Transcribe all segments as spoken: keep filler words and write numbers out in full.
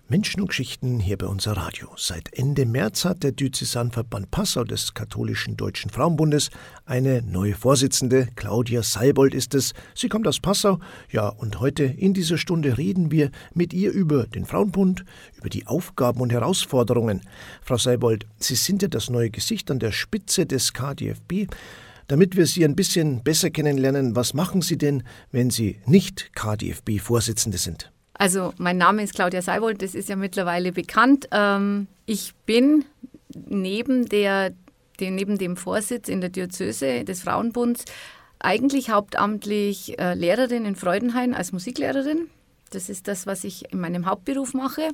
Menschen und Geschichten hier bei unser Radio. Seit Ende März hat der Diözesanverband Passau des Katholischen Deutschen Frauenbundes eine neue Vorsitzende. Claudia Seibold ist es. Sie kommt aus Passau. Ja, und heute in dieser Stunde reden wir mit ihr über den Frauenbund, über die Aufgaben und Herausforderungen. Frau Seibold, Sie sind ja das neue Gesicht an der Spitze des K D F B. Damit wir Sie ein bisschen besser kennenlernen, was machen Sie denn, wenn Sie nicht K D F B-Vorsitzende sind? Also mein Name ist Claudia Seibold, das ist ja mittlerweile bekannt. Ähm, ich bin neben, der, der, neben dem Vorsitz in der Diözese des Frauenbunds eigentlich hauptamtlich äh, Lehrerin in Freudenhain als Musiklehrerin. Das ist das, was ich in meinem Hauptberuf mache.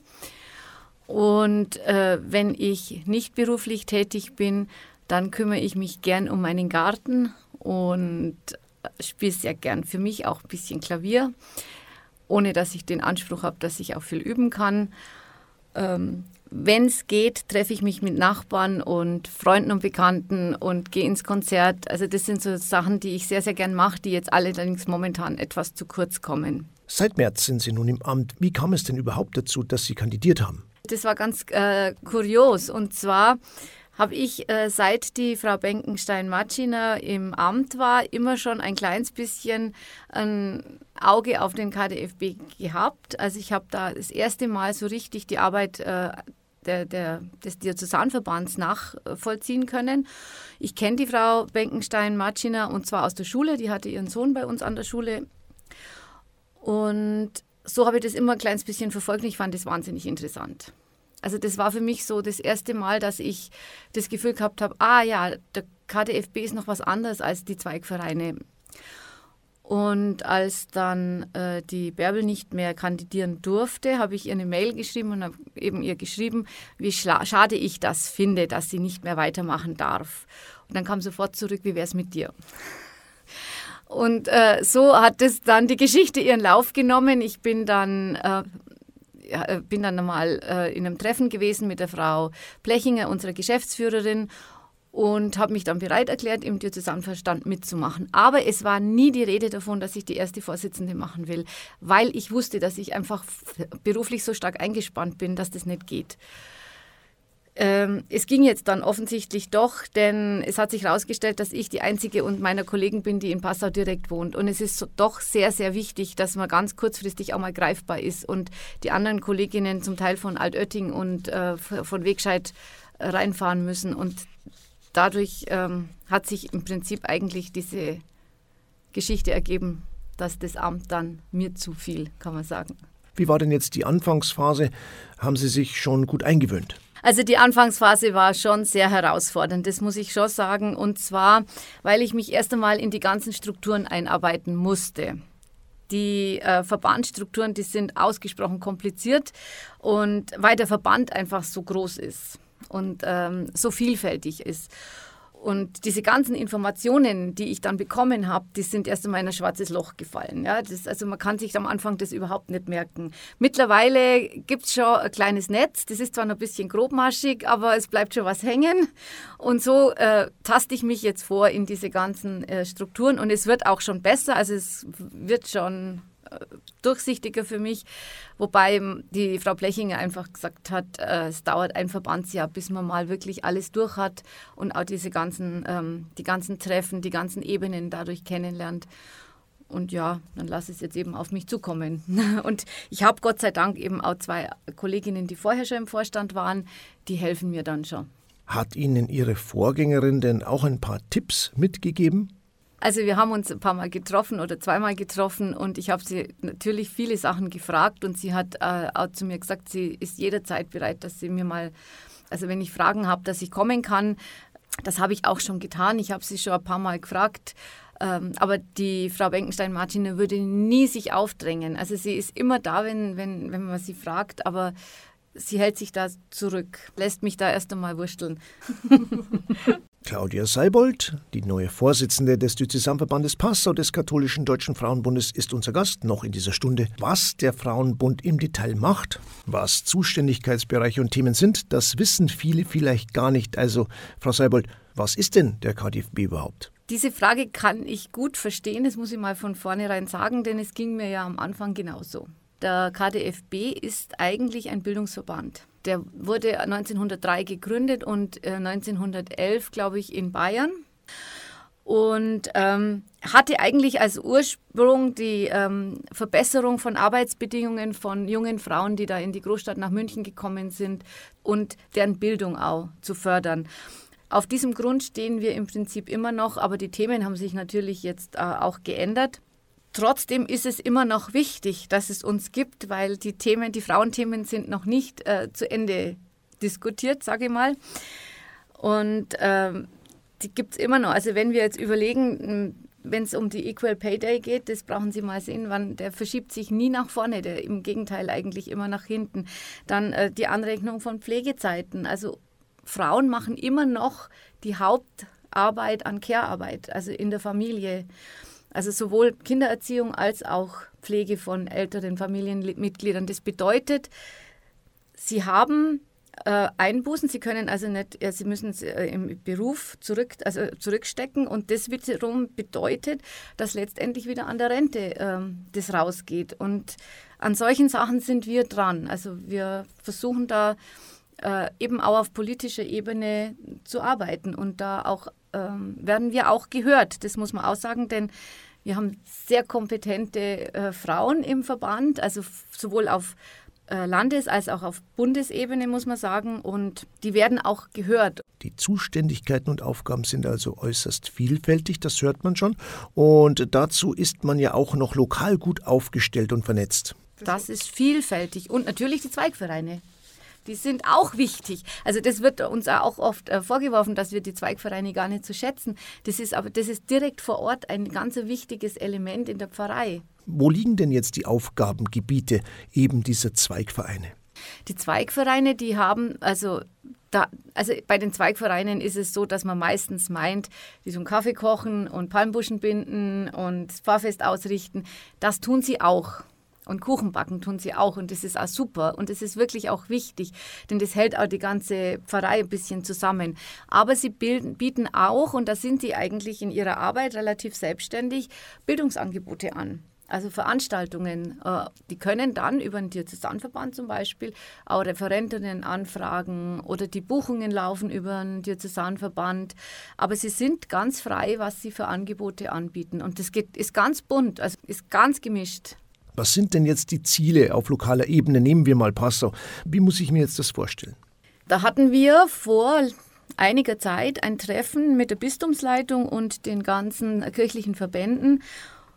Und äh, wenn ich nicht beruflich tätig bin, dann kümmere ich mich gern um meinen Garten und spiele sehr gern für mich auch ein bisschen Klavier, ohne dass ich den Anspruch habe, dass ich auch viel üben kann. Ähm, wenn es geht, treffe ich mich mit Nachbarn und Freunden und Bekannten und gehe ins Konzert. Also das sind so Sachen, die ich sehr, sehr gern mache, die jetzt allerdings momentan etwas zu kurz kommen. Seit März sind Sie nun im Amt. Wie kam es denn überhaupt dazu, dass Sie kandidiert haben? Das war ganz äh, kurios. Und zwar habe ich, äh, seit die Frau Benkenstein-Matschiner im Amt war, immer schon ein kleines bisschen ein Auge auf den K D F B gehabt. Also ich habe da das erste Mal so richtig die Arbeit äh, der, der, des Diözesanverbands nachvollziehen können. Ich kenne die Frau Benkenstein-Matschiner und zwar aus der Schule. Die hatte ihren Sohn bei uns an der Schule. Und so habe ich das immer ein kleines bisschen verfolgt und ich fand das wahnsinnig interessant. Also das war für mich so das erste Mal, dass ich das Gefühl gehabt habe, ah ja, der K D F B ist noch was anderes als die Zweigvereine. Und als dann äh, die Bärbel nicht mehr kandidieren durfte, habe ich ihr eine Mail geschrieben und habe eben ihr geschrieben, wie schla- schade ich das finde, dass sie nicht mehr weitermachen darf. Und dann kam sofort zurück, wie wäre es mit dir? Und äh, so hat es dann die Geschichte ihren Lauf genommen. Ich bin dann... Äh, Ja, bin dann nochmal äh, in einem Treffen gewesen mit der Frau Plechinger, unserer Geschäftsführerin, und habe mich dann bereit erklärt, im Diözesanverstand mitzumachen. Aber es war nie die Rede davon, dass ich die erste Vorsitzende machen will, weil ich wusste, dass ich einfach beruflich so stark eingespannt bin, dass das nicht geht. Ähm, es ging jetzt dann offensichtlich doch, denn es hat sich herausgestellt, dass ich die einzige und meiner Kollegen bin, die in Passau direkt wohnt. Und es ist so, doch sehr, sehr wichtig, dass man ganz kurzfristig auch mal greifbar ist und die anderen Kolleginnen zum Teil von Altötting und äh, von Wegscheid reinfahren müssen. Und dadurch ähm, hat sich im Prinzip eigentlich diese Geschichte ergeben, dass das Amt dann mir zu viel, kann man sagen. Wie war denn jetzt die Anfangsphase? Haben Sie sich schon gut eingewöhnt? Also die Anfangsphase war schon sehr herausfordernd, das muss ich schon sagen. Und zwar, weil ich mich erst einmal in die ganzen Strukturen einarbeiten musste. Die äh, Verbandsstrukturen, die sind ausgesprochen kompliziert und weil der Verband einfach so groß ist und ähm, so vielfältig ist. Und diese ganzen Informationen, die ich dann bekommen habe, die sind erst einmal in ein schwarzes Loch gefallen. Ja, das, also man kann sich am Anfang das überhaupt nicht merken. Mittlerweile gibt es schon ein kleines Netz, das ist zwar noch ein bisschen grobmaschig, aber es bleibt schon was hängen. Und so äh, taste ich mich jetzt vor in diese ganzen äh, Strukturen und es wird auch schon besser, also es wird schon äh, durchsichtiger für mich. Wobei die Frau Plechinger einfach gesagt hat, äh, es dauert ein Verbandsjahr, bis man mal wirklich alles durch hat und auch diese ganzen, ähm, die ganzen Treffen, die ganzen Ebenen dadurch kennenlernt. Und ja, dann lasse ich es jetzt eben auf mich zukommen. Und ich habe Gott sei Dank eben auch zwei Kolleginnen, die vorher schon im Vorstand waren, die helfen mir dann schon. Hat Ihnen Ihre Vorgängerin denn auch ein paar Tipps mitgegeben? Also wir haben uns ein paar Mal getroffen oder zweimal getroffen und ich habe sie natürlich viele Sachen gefragt und sie hat äh, auch zu mir gesagt, sie ist jederzeit bereit, dass sie mir mal, also wenn ich Fragen habe, dass ich kommen kann. Das habe ich auch schon getan. Ich habe sie schon ein paar Mal gefragt, ähm, aber die Frau Benkenstein-Matschiner würde nie sich aufdrängen. Also sie ist immer da, wenn, wenn, wenn man sie fragt, aber sie hält sich da zurück, lässt mich da erst einmal wursteln. Claudia Seibold, die neue Vorsitzende des Diözesanverbandes Passau des Katholischen Deutschen Frauenbundes, ist unser Gast noch in dieser Stunde. Was der Frauenbund im Detail macht, was Zuständigkeitsbereiche und Themen sind, das wissen viele vielleicht gar nicht. Also, Frau Seibold, was ist denn der K D F B überhaupt? Diese Frage kann ich gut verstehen, das muss ich mal von vornherein sagen, denn es ging mir ja am Anfang genauso. Der K D F B ist eigentlich ein Bildungsverband. Der wurde neunzehnhundertdrei gegründet und äh, neunzehnhundertelf, glaube ich, in Bayern. Und ähm, hatte eigentlich als Ursprung die ähm, Verbesserung von Arbeitsbedingungen von jungen Frauen, die da in die Großstadt nach München gekommen sind und deren Bildung auch zu fördern. Auf diesem Grund stehen wir im Prinzip immer noch, aber die Themen haben sich natürlich jetzt äh, auch geändert. Trotzdem ist es immer noch wichtig, dass es uns gibt, weil die Themen, die Frauenthemen sind noch nicht äh, zu Ende diskutiert, sage ich mal. Und ähm, die gibt es immer noch. Also wenn wir jetzt überlegen, wenn es um die Equal Pay Day geht, das brauchen Sie mal sehen, wann, der verschiebt sich nie nach vorne, der im Gegenteil eigentlich immer nach hinten. Dann äh, die Anrechnung von Pflegezeiten. Also Frauen machen immer noch die Hauptarbeit an Care-Arbeit, also in der Familie. Also sowohl Kindererziehung als auch Pflege von älteren Familienmitgliedern. Das bedeutet, sie haben äh, Einbußen, sie können also nicht, ja, sie müssen äh, im Beruf zurück, also zurückstecken und das wiederum bedeutet, dass letztendlich wieder an der Rente äh, das rausgeht. Und an solchen Sachen sind wir dran. Also wir versuchen da äh, eben auch auf politischer Ebene zu arbeiten und da auch ähm, werden wir auch gehört, das muss man auch sagen, denn wir haben sehr kompetente äh, Frauen im Verband, also f- sowohl auf äh, Landes- als auch auf Bundesebene, muss man sagen, und die werden auch gehört. Die Zuständigkeiten und Aufgaben sind also äußerst vielfältig, das hört man schon. Und dazu ist man ja auch noch lokal gut aufgestellt und vernetzt. Das ist vielfältig und natürlich die Zweigvereine. Die sind auch wichtig. Also das wird uns auch oft äh, vorgeworfen, dass wir die Zweigvereine gar nicht so schätzen. Das ist aber das ist direkt vor Ort ein ganz wichtiges Element in der Pfarrei. Wo liegen denn jetzt die Aufgabengebiete eben dieser Zweigvereine? Die Zweigvereine, die haben, also, da, also bei den Zweigvereinen ist es so, dass man meistens meint, die tun Kaffee kochen und Palmbuschen binden und das Pfarrfest ausrichten. Das tun sie auch. Und Kuchen backen tun sie auch und das ist auch super und das ist wirklich auch wichtig, denn das hält auch die ganze Pfarrei ein bisschen zusammen. Aber sie bilden, bieten auch, und da sind sie eigentlich in ihrer Arbeit relativ selbstständig, Bildungsangebote an. Also Veranstaltungen, die können dann über den Diözesanverband zum Beispiel auch Referentinnen anfragen oder die Buchungen laufen über den Diözesanverband. Aber sie sind ganz frei, was sie für Angebote anbieten und das geht, ist ganz bunt, also ist ganz gemischt. Was sind denn jetzt die Ziele auf lokaler Ebene? Nehmen wir mal Passau. Wie muss ich mir jetzt das vorstellen? Da hatten wir vor einiger Zeit ein Treffen mit der Bistumsleitung und den ganzen kirchlichen Verbänden.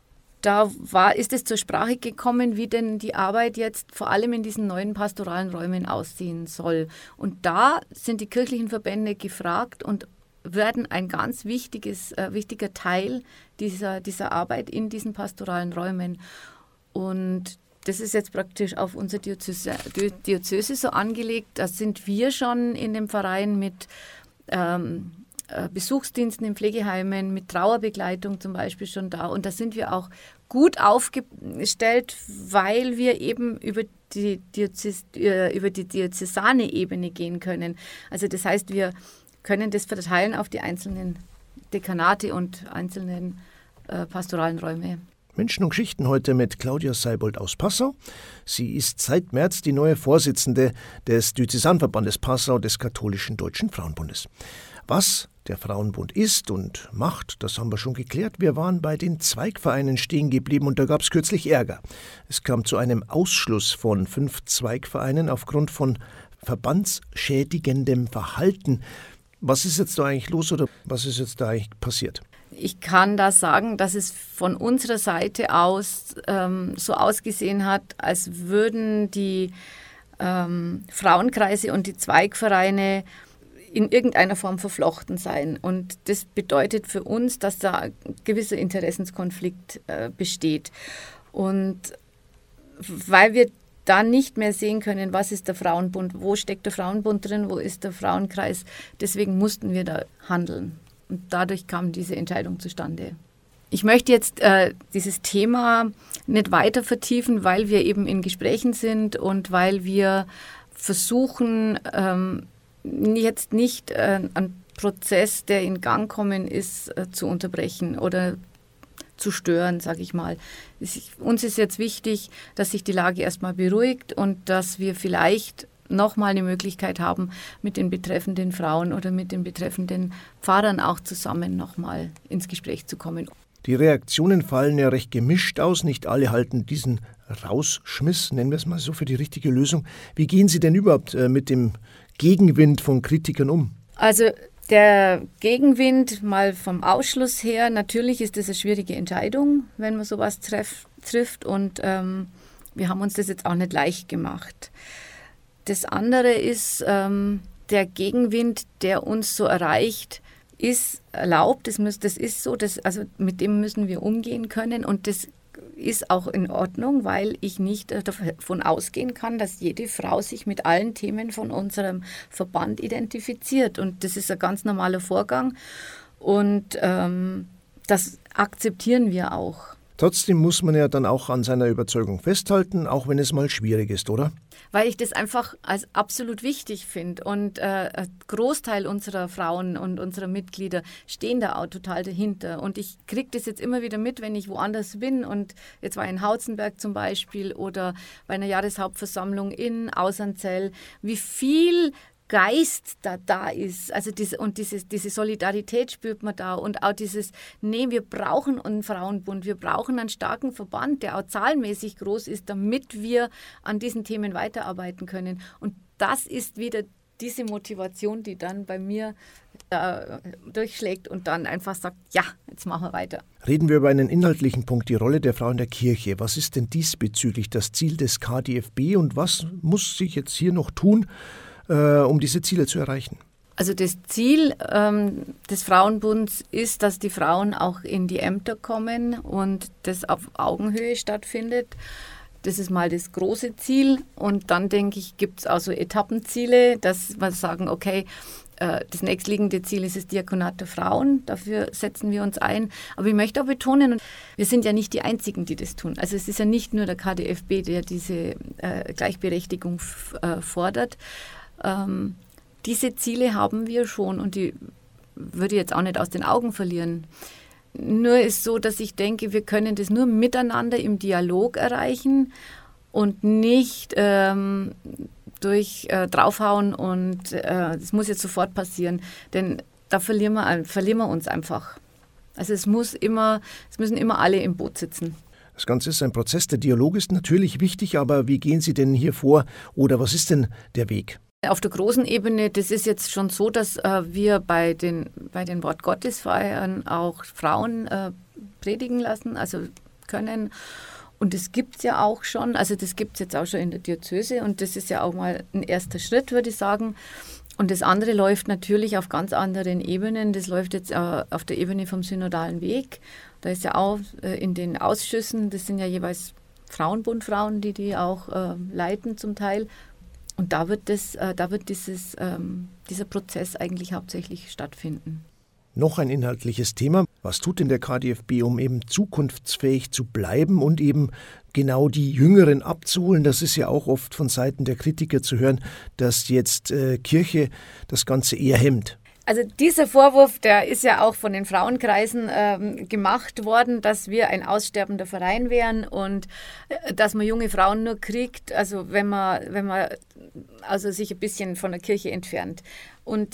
Da war, ist es zur Sprache gekommen, wie denn die Arbeit jetzt vor allem in diesen neuen pastoralen Räumen aussehen soll. Und da sind die kirchlichen Verbände gefragt und werden ein ganz wichtiges, äh, wichtiger Teil dieser, dieser Arbeit in diesen pastoralen Räumen. Und das ist jetzt praktisch auf unsere Diözese, Diözese so angelegt. Da sind wir schon in den Pfarreien mit ähm, Besuchsdiensten in Pflegeheimen, mit Trauerbegleitung zum Beispiel schon da. Und da sind wir auch gut aufgestellt, weil wir eben über die, Diözes, äh, über die diözesane Ebene gehen können. Also das heißt, wir können das verteilen auf die einzelnen Dekanate und einzelnen äh, pastoralen Räume. Menschen und Geschichten heute mit Claudia Seibold aus Passau. Sie ist seit März die neue Vorsitzende des Diözesanverbandes Passau des Katholischen Deutschen Frauenbundes. Was der Frauenbund ist und macht, das haben wir schon geklärt. Wir waren bei den Zweigvereinen stehen geblieben und da gab es kürzlich Ärger. Es kam zu einem Ausschluss von fünf Zweigvereinen aufgrund von verbandsschädigendem Verhalten. Was ist jetzt da eigentlich los oder was ist jetzt da eigentlich passiert? Ich kann da sagen, dass es von unserer Seite aus ähm, so ausgesehen hat, als würden die ähm, Frauenkreise und die Zweigvereine in irgendeiner Form verflochten sein. Und das bedeutet für uns, dass da ein gewisser Interessenskonflikt äh, besteht. Und weil wir da nicht mehr sehen können, was ist der Frauenbund, wo steckt der Frauenbund drin, wo ist der Frauenkreis, deswegen mussten wir da handeln. Und dadurch kam diese Entscheidung zustande. Ich möchte jetzt äh, dieses Thema nicht weiter vertiefen, weil wir eben in Gesprächen sind und weil wir versuchen, ähm, jetzt nicht äh, einen Prozess, der in Gang kommen ist, äh, zu unterbrechen oder zu stören, sage ich mal. Es, uns ist jetzt wichtig, dass sich die Lage erstmal beruhigt und dass wir vielleicht nochmal eine Möglichkeit haben, mit den betreffenden Frauen oder mit den betreffenden Pfarrern auch zusammen nochmal ins Gespräch zu kommen. Die Reaktionen fallen ja recht gemischt aus. Nicht alle halten diesen Rausschmiss, nennen wir es mal so, für die richtige Lösung. Wie gehen Sie denn überhaupt äh, mit dem Gegenwind von Kritikern um? Also der Gegenwind mal vom Ausschluss her, natürlich ist das eine schwierige Entscheidung, wenn man sowas treff, trifft und ähm, wir haben uns das jetzt auch nicht leicht gemacht. Das andere ist, ähm, der Gegenwind, der uns so erreicht, ist erlaubt, das, muss, das ist so, das, also mit dem müssen wir umgehen können und das ist auch in Ordnung, weil ich nicht davon ausgehen kann, dass jede Frau sich mit allen Themen von unserem Verband identifiziert und das ist ein ganz normaler Vorgang und ähm, das akzeptieren wir auch. Trotzdem muss man ja dann auch an seiner Überzeugung festhalten, auch wenn es mal schwierig ist, oder? Weil ich das einfach als absolut wichtig finde. Und äh, ein Großteil unserer Frauen und unserer Mitglieder stehen da auch total dahinter. Und ich kriege das jetzt immer wieder mit, wenn ich woanders bin. Und jetzt war ich in Hauzenberg zum Beispiel oder bei einer Jahreshauptversammlung in Außernzell, wie viel Geist da da ist, also diese, und diese, diese Solidarität spürt man da und auch dieses, nee, wir brauchen einen Frauenbund, wir brauchen einen starken Verband, der auch zahlenmäßig groß ist, damit wir an diesen Themen weiterarbeiten können und das ist wieder diese Motivation, die dann bei mir äh, durchschlägt und dann einfach sagt, ja, jetzt machen wir weiter. Reden wir über einen inhaltlichen Punkt, die Rolle der Frau in der Kirche. Was ist denn diesbezüglich das Ziel des K d F B und was muss sich jetzt hier noch tun, um diese Ziele zu erreichen? Also das Ziel ähm, des Frauenbunds ist, dass die Frauen auch in die Ämter kommen und das auf Augenhöhe stattfindet. Das ist mal das große Ziel und dann denke ich, gibt es auch so Etappenziele, dass wir sagen, okay, äh, das nächstliegende Ziel ist das Diakonat der Frauen, dafür setzen wir uns ein. Aber ich möchte auch betonen, wir sind ja nicht die Einzigen, die das tun. Also es ist ja nicht nur der K d F B, der diese äh, Gleichberechtigung f- äh, fordert. Ähm, diese Ziele haben wir schon und die würde ich jetzt auch nicht aus den Augen verlieren. Nur ist so, dass ich denke, wir können das nur miteinander im Dialog erreichen und nicht ähm, durch äh, draufhauen und äh, das muss jetzt sofort passieren, denn da verlieren wir, verlieren wir uns einfach. Also es muss immer, es müssen immer alle im Boot sitzen. Das Ganze ist ein Prozess, der Dialog ist natürlich wichtig, aber wie gehen Sie denn hier vor oder was ist denn der Weg? Auf der großen Ebene, das ist jetzt schon so, dass äh, wir bei den, bei den Wortgottesfeiern auch Frauen äh, predigen lassen, also können. Und das gibt es ja auch schon, also das gibt es jetzt auch schon in der Diözese und das ist ja auch mal ein erster Schritt, würde ich sagen. Und das andere läuft natürlich auf ganz anderen Ebenen. Das läuft jetzt äh, auf der Ebene vom synodalen Weg. Da ist ja auch äh, in den Ausschüssen, das sind ja jeweils Frauenbundfrauen, die die auch äh, leiten zum Teil. Und da wird, das, äh, da wird dieses, ähm, dieser Prozess eigentlich hauptsächlich stattfinden. Noch ein inhaltliches Thema. Was tut denn der K d F B, um eben zukunftsfähig zu bleiben und eben genau die Jüngeren abzuholen? Das ist ja auch oft von Seiten der Kritiker zu hören, dass jetzt äh, Kirche das Ganze eher hemmt. Also dieser Vorwurf, der ist ja auch von den Frauenkreisen ähm, gemacht worden, dass wir ein aussterbender Verein wären und äh, dass man junge Frauen nur kriegt, also wenn man, wenn man also sich ein bisschen von der Kirche entfernt. Und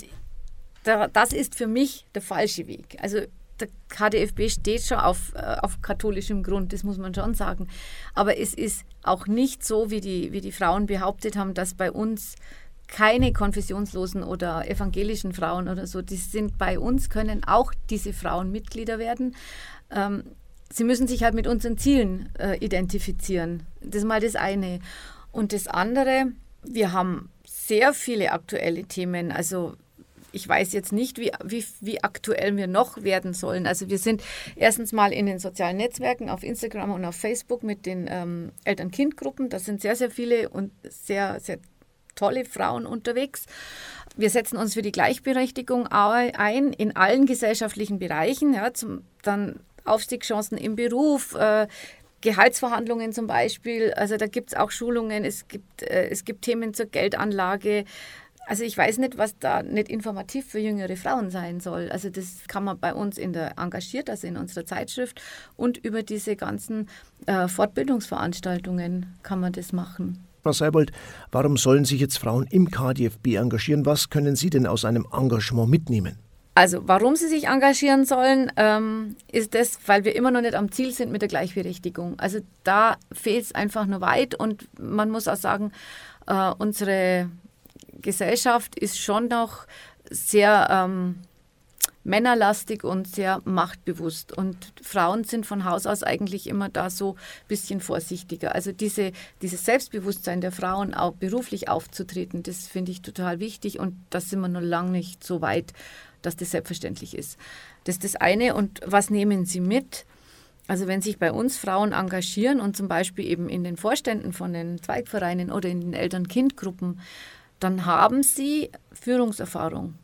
da, das ist für mich der falsche Weg. Also der K d F B steht schon auf, äh, auf katholischem Grund, das muss man schon sagen. Aber es ist auch nicht so, wie die, wie die Frauen behauptet haben, dass bei uns keine konfessionslosen oder evangelischen Frauen oder so, die sind bei uns, können auch diese Frauen Mitglieder werden. Ähm, sie müssen sich halt mit unseren Zielen äh, identifizieren. Das ist mal das eine. Und das andere, wir haben sehr viele aktuelle Themen. Also ich weiß jetzt nicht, wie, wie, wie aktuell wir noch werden sollen. Also wir sind erstens mal in den sozialen Netzwerken, auf Instagram und auf Facebook mit den ähm, Eltern-Kind-Gruppen. Da sind sehr, sehr viele und sehr, sehr tolle Frauen unterwegs. Wir setzen uns für die Gleichberechtigung ein in allen gesellschaftlichen Bereichen, ja, zum, dann Aufstiegschancen im Beruf, äh, Gehaltsverhandlungen zum Beispiel. Also da gibt es auch Schulungen, es gibt, äh, es gibt Themen zur Geldanlage. Also ich weiß nicht, was da nicht informativ für jüngere Frauen sein soll. Also das kann man bei uns in der engagiert, also in unserer Zeitschrift, und über diese ganzen äh, Fortbildungsveranstaltungen kann man das machen. Frau Seibold, warum sollen sich jetzt Frauen im K D F B engagieren? Was können Sie denn aus einem Engagement mitnehmen? Also warum sie sich engagieren sollen, ähm, ist das, weil wir immer noch nicht am Ziel sind mit der Gleichberechtigung. Also da fehlt es einfach nur weit, und man muss auch sagen, äh, unsere Gesellschaft ist schon noch sehr ähm, männerlastig und sehr machtbewusst. Und Frauen sind von Haus aus eigentlich immer da so ein bisschen vorsichtiger. Also diese, dieses Selbstbewusstsein der Frauen, auch beruflich aufzutreten, das finde ich total wichtig, und da sind wir noch lange nicht so weit, dass das selbstverständlich ist. Das ist das eine. Und was nehmen Sie mit? Also wenn sich bei uns Frauen engagieren und zum Beispiel eben in den Vorständen von den Zweigvereinen oder in den Eltern-Kind-Gruppen, dann haben sie Führungserfahrung.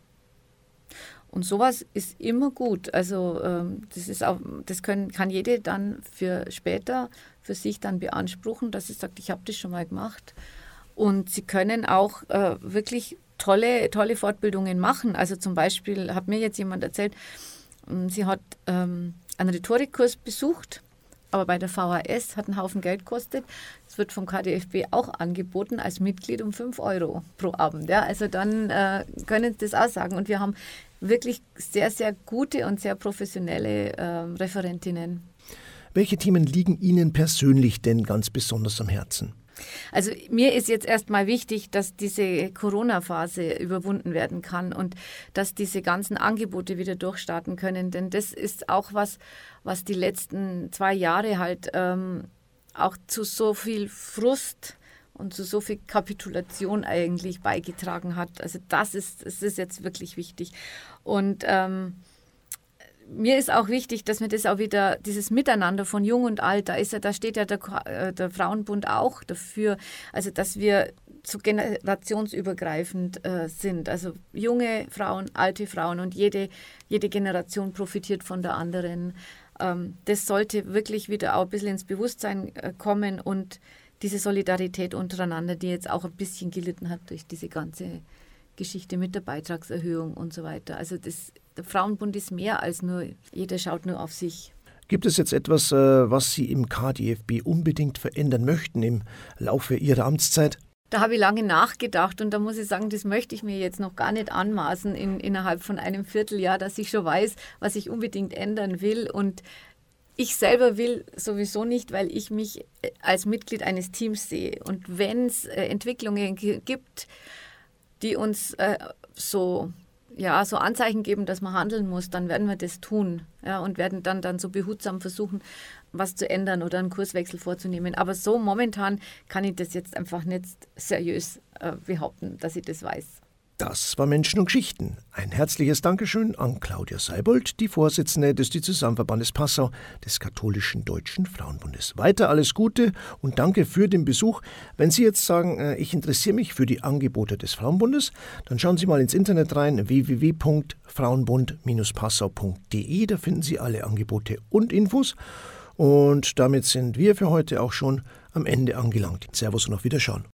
Und sowas ist immer gut. Also ähm, das ist auch, das können, kann jede dann für später für sich dann beanspruchen, dass sie sagt, ich habe das schon mal gemacht. Und sie können auch äh, wirklich tolle, tolle Fortbildungen machen. Also zum Beispiel hat mir jetzt jemand erzählt, sie hat ähm, einen Rhetorikkurs besucht, aber bei der V H S hat einen Haufen Geld gekostet. Es wird vom K D F B auch angeboten als Mitglied um fünf Euro pro Abend. Ja? Also dann äh, können Sie das auch sagen. Und wir haben wirklich sehr, sehr gute und sehr professionelle äh, Referentinnen. Welche Themen liegen Ihnen persönlich denn ganz besonders am Herzen? Also mir ist jetzt erstmal wichtig, dass diese Corona-Phase überwunden werden kann und dass diese ganzen Angebote wieder durchstarten können. Denn das ist auch was, was die letzten zwei Jahre halt ähm, auch zu so viel Frust und zu so viel Kapitulation eigentlich beigetragen hat. Also das ist, das ist jetzt wirklich wichtig. Und ähm, mir ist auch wichtig, dass wir das auch wieder, dieses Miteinander von Jung und Alt, da, ist ja, da steht ja der, der Frauenbund auch dafür, also dass wir so generationsübergreifend äh, sind. Also junge Frauen, alte Frauen, und jede, jede Generation profitiert von der anderen. Ähm, das sollte wirklich wieder auch ein bisschen ins Bewusstsein äh, kommen, und diese Solidarität untereinander, die jetzt auch ein bisschen gelitten hat durch diese ganze Geschichte mit der Beitragserhöhung und so weiter. Also das, der Frauenbund ist mehr als nur, jeder schaut nur auf sich. Gibt es jetzt etwas, was Sie im K D F B unbedingt verändern möchten im Laufe Ihrer Amtszeit? Da habe ich lange nachgedacht, und da muss ich sagen, das möchte ich mir jetzt noch gar nicht anmaßen in, innerhalb von einem Vierteljahr, dass ich schon weiß, was ich unbedingt ändern will. Und ich selber will sowieso nicht, weil ich mich als Mitglied eines Teams sehe. Und wenn es äh, Entwicklungen g- gibt, die uns äh, so, ja, so Anzeichen geben, dass man handeln muss, dann werden wir das tun, ja, und werden dann, dann so behutsam versuchen, was zu ändern oder einen Kurswechsel vorzunehmen. Aber so momentan kann ich das jetzt einfach nicht seriös äh, behaupten, dass ich das weiß. Das war Menschen und Geschichten. Ein herzliches Dankeschön an Claudia Seibold, die Vorsitzende des Diözesanverbandes Passau des Katholischen Deutschen Frauenbundes. Weiter alles Gute und danke für den Besuch. Wenn Sie jetzt sagen, ich interessiere mich für die Angebote des Frauenbundes, dann schauen Sie mal ins Internet rein, w w w punkt frauenbund Bindestrich passau punkt d e. Da finden Sie alle Angebote und Infos. Und damit sind wir für heute auch schon am Ende angelangt. Servus und auf Wiederschauen.